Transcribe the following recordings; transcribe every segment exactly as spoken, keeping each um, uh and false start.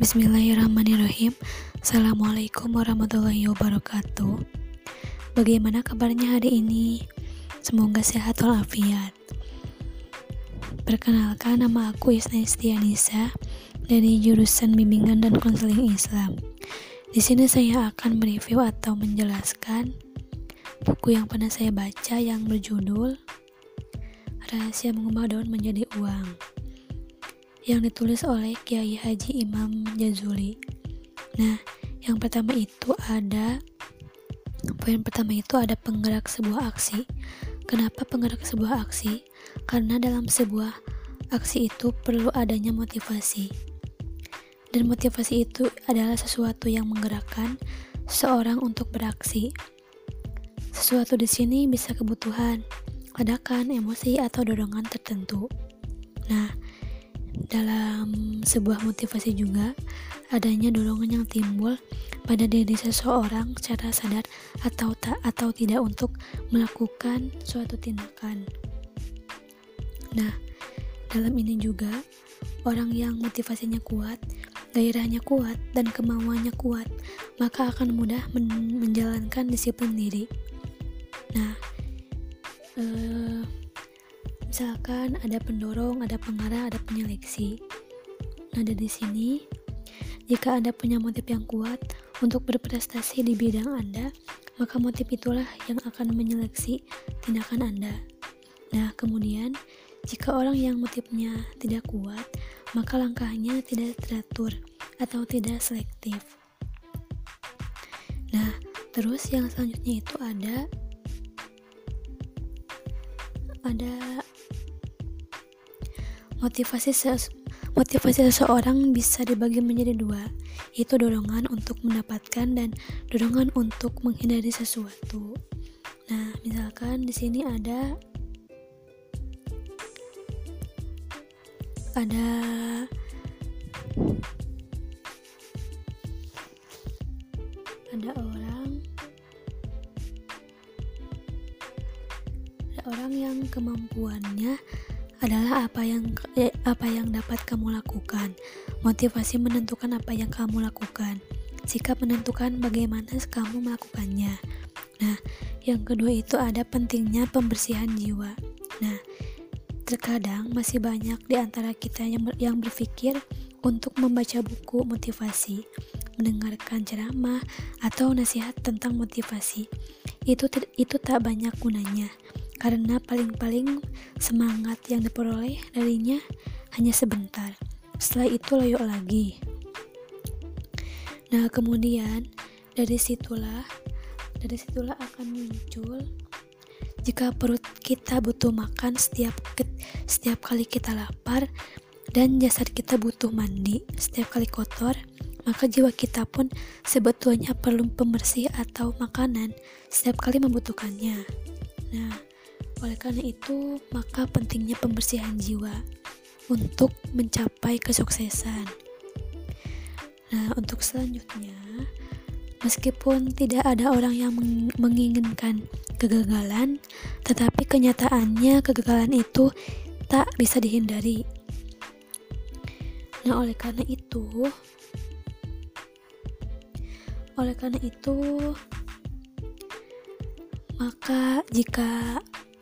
Bismillahirrahmanirrahim. Assalamualaikum warahmatullahi wabarakatuh. Bagaimana kabarnya hari ini? Semoga sehat walafiat. Perkenalkan, nama aku Isna Istianisa dari jurusan Bimbingan dan Konseling Islam. Di sini saya akan mereview atau menjelaskan buku yang pernah saya baca yang berjudul Rahasia Mengubah Daun Menjadi Uang, yang ditulis oleh Kiai Haji Imam Jazuli. Nah, yang pertama itu ada poin pertama itu ada penggerak sebuah aksi. Kenapa penggerak sebuah aksi? Karena dalam sebuah aksi itu perlu adanya motivasi. Dan motivasi itu adalah sesuatu yang menggerakkan seseorang untuk beraksi. Sesuatu di sini bisa kebutuhan, ledakan, emosi, atau dorongan tertentu. Nah, dalam sebuah motivasi juga adanya dorongan yang timbul pada diri seseorang secara sadar atau tak atau tidak untuk melakukan suatu tindakan. Nah, dalam ini juga orang yang motivasinya kuat, gairahnya kuat, dan kemauannya kuat, maka akan mudah men- menjalankan disiplin diri. Nah, eh, misalkan ada pendorong, ada pengarah, ada penyeleksi. Nah, dari sini, jika Anda punya motif yang kuat untuk berprestasi di bidang Anda, maka motif itulah yang akan menyeleksi tindakan Anda. Nah, kemudian, jika orang yang motifnya tidak kuat, maka langkahnya tidak teratur atau tidak selektif. Nah, terus yang selanjutnya itu ada ada motivasi ses- motivasi seseorang bisa dibagi menjadi dua, yaitu dorongan untuk mendapatkan dan dorongan untuk menghindari sesuatu. Nah, misalkan di sini ada ada ada orang ada orang yang kemampuannya adalah apa yang eh, apa yang dapat kamu lakukan. Motivasi menentukan apa yang kamu lakukan. Sikap menentukan bagaimana kamu melakukannya. Nah, yang kedua itu ada pentingnya pembersihan jiwa. Nah, terkadang masih banyak di antara kita yang ber, yang berpikir untuk membaca buku motivasi, mendengarkan ceramah atau nasihat tentang motivasi. Itu itu tak banyak gunanya. Karena paling-paling semangat yang diperoleh darinya hanya sebentar. Setelah itu loyo lagi. Nah, kemudian dari situlah dari situlah akan muncul jika perut kita butuh makan setiap setiap kali kita lapar dan jasad kita butuh mandi setiap kali kotor, maka jiwa kita pun sebetulnya perlu pembersih atau makanan setiap kali membutuhkannya. Nah, oleh karena itu, maka pentingnya pembersihan jiwa untuk mencapai kesuksesan. Nah, untuk selanjutnya, meskipun tidak ada orang yang meng- menginginkan kegagalan, tetapi kenyataannya kegagalan itu tak bisa dihindari. Nah, oleh karena itu, oleh karena itu, maka jika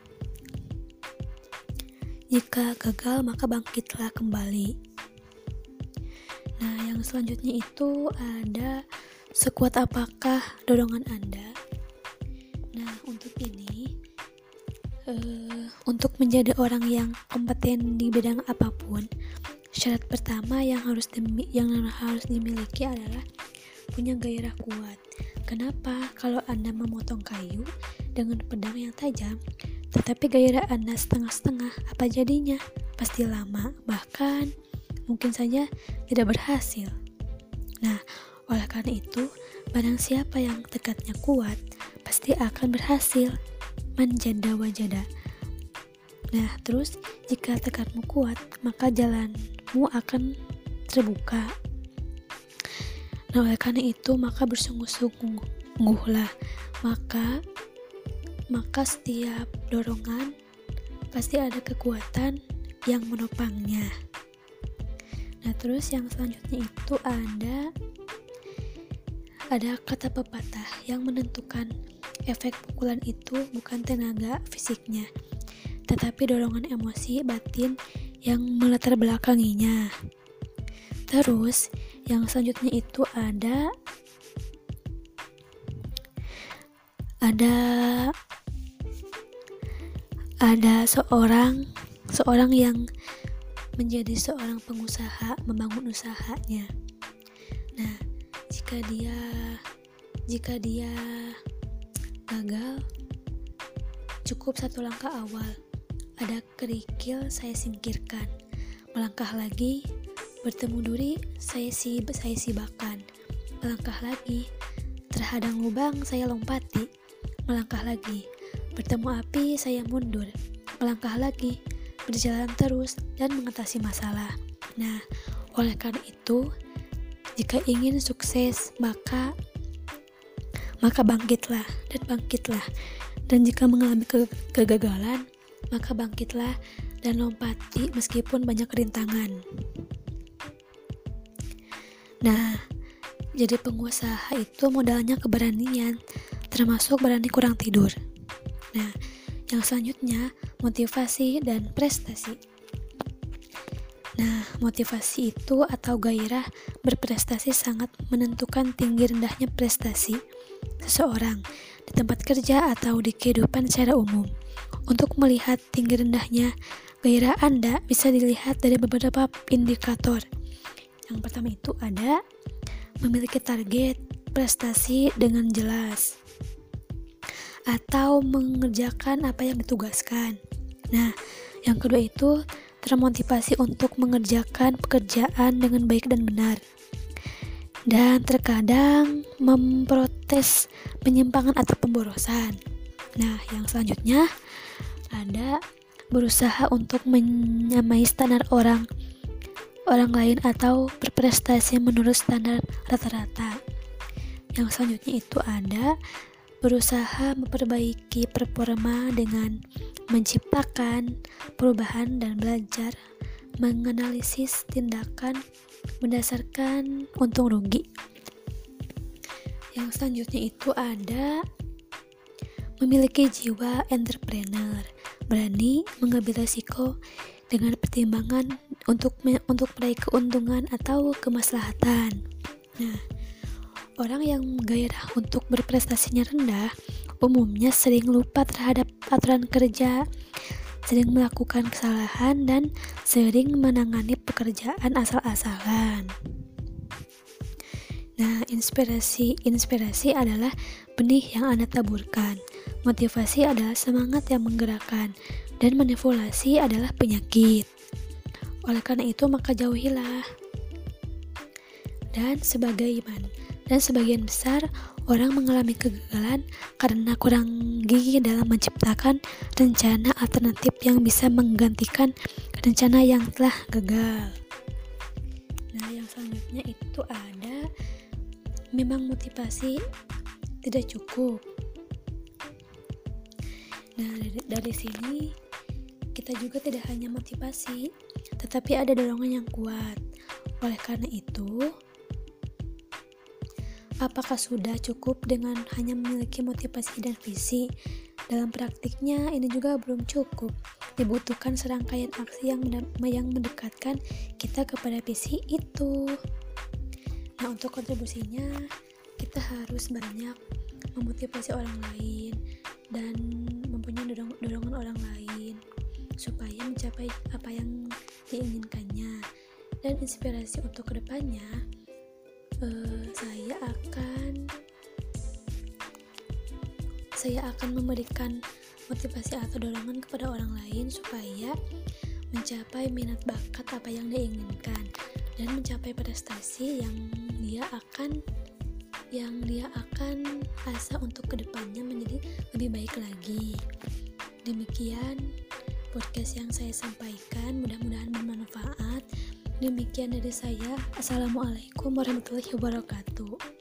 Jika gagal, maka bangkitlah kembali. Nah, yang selanjutnya itu ada sekuat apakah dorongan Anda. Nah, untuk ini, uh, untuk menjadi orang yang kompeten di bidang apapun, syarat pertama yang harus dimi- yang harus dimiliki adalah punya gairah kuat. Kenapa? Kalau Anda memotong kayu dengan pedang yang tajam, tetapi gairah Anda setengah-setengah, apa jadinya? Pasti lama, bahkan mungkin saja tidak berhasil. Nah, oleh karena itu, barang siapa yang tekadnya kuat, pasti akan berhasil. Manjada wajada. Nah, terus jika tekadmu kuat, maka jalanmu akan terbuka. Nah, oleh karena itu, maka bersungguh-sungguhlah. Maka maka setiap dorongan pasti ada kekuatan yang menopangnya. Nah, terus yang selanjutnya itu ada ada kata pepatah yang menentukan efek pukulan itu bukan tenaga fisiknya, tetapi dorongan emosi batin yang melatar belakanginya. Terus yang selanjutnya itu ada ada ada seorang seorang yang menjadi seorang pengusaha, membangun usahanya. Nah, jika dia jika dia gagal, cukup satu langkah awal. Ada kerikil, saya singkirkan. Melangkah lagi, bertemu duri, saya si saya sibakan. Melangkah lagi, terhadang lubang, saya lompati. Melangkah lagi, bertemu api, saya mundur. Melangkah lagi, berjalan terus dan mengatasi masalah. Nah, oleh karena itu, jika ingin sukses, maka maka bangkitlah dan bangkitlah. Dan jika mengalami ke- kegagalan, maka bangkitlah dan lompati meskipun banyak rintangan. Nah, jadi pengusaha itu modalnya keberanian, termasuk berani kurang tidur. Nah, yang selanjutnya motivasi dan prestasi. Nah, motivasi itu atau gairah berprestasi sangat menentukan tinggi rendahnya prestasi seseorang di tempat kerja atau di kehidupan secara umum. Untuk melihat tinggi rendahnya gairah Anda bisa dilihat dari beberapa indikator. Yang pertama itu ada memiliki target prestasi dengan jelas atau mengerjakan apa yang ditugaskan. Nah, yang kedua itu termotivasi untuk mengerjakan pekerjaan dengan baik dan benar. Dan terkadang memprotes penyimpangan atau pemborosan. Nah, yang selanjutnya ada berusaha untuk menyamai standar orang orang lain atau berprestasi menurut standar rata-rata. Yang selanjutnya itu ada berusaha memperbaiki performa dengan menciptakan perubahan dan belajar menganalisis tindakan berdasarkan untung rugi. Yang selanjutnya itu ada memiliki jiwa entrepreneur, berani mengambil resiko dengan pertimbangan untuk untuk meraih keuntungan atau kemaslahatan. Nah, orang yang gairah untuk berprestasinya rendah umumnya sering lupa terhadap aturan kerja, sering melakukan kesalahan, dan sering menangani pekerjaan asal-asalan. Nah, inspirasi inspirasi adalah benih yang Anda taburkan. Motivasi adalah semangat yang menggerakkan, dan manipulasi adalah penyakit. Oleh karena itu, maka jauhilah. Dan sebagai iman, dan sebagian besar orang mengalami kegagalan karena kurang gigih dalam menciptakan rencana alternatif yang bisa menggantikan rencana yang telah gagal. Nah, yang selanjutnya itu ada memang motivasi tidak cukup. Nah, dari, dari sini kita juga tidak hanya motivasi, tetapi ada dorongan yang kuat. Oleh karena itu, apakah sudah cukup dengan hanya memiliki motivasi dan visi? Dalam praktiknya, ini juga belum cukup. Dibutuhkan serangkaian aksi yang, yang mendekatkan kita kepada visi itu. Nah, untuk kontribusinya, kita harus banyak memotivasi orang lain dan mempunyai dorong, dorongan orang lain supaya mencapai apa yang diinginkannya. Dan inspirasi untuk kedepannya, uh, saya akan saya akan memberikan motivasi atau dorongan kepada orang lain supaya mencapai minat bakat apa yang diinginkan dan mencapai prestasi yang dia akan yang dia akan asa untuk kedepannya menjadi lebih baik lagi. Demikian podcast yang saya sampaikan, mudah-mudahan bermanfaat. Demikian dari saya. Assalamualaikum warahmatullahi wabarakatuh.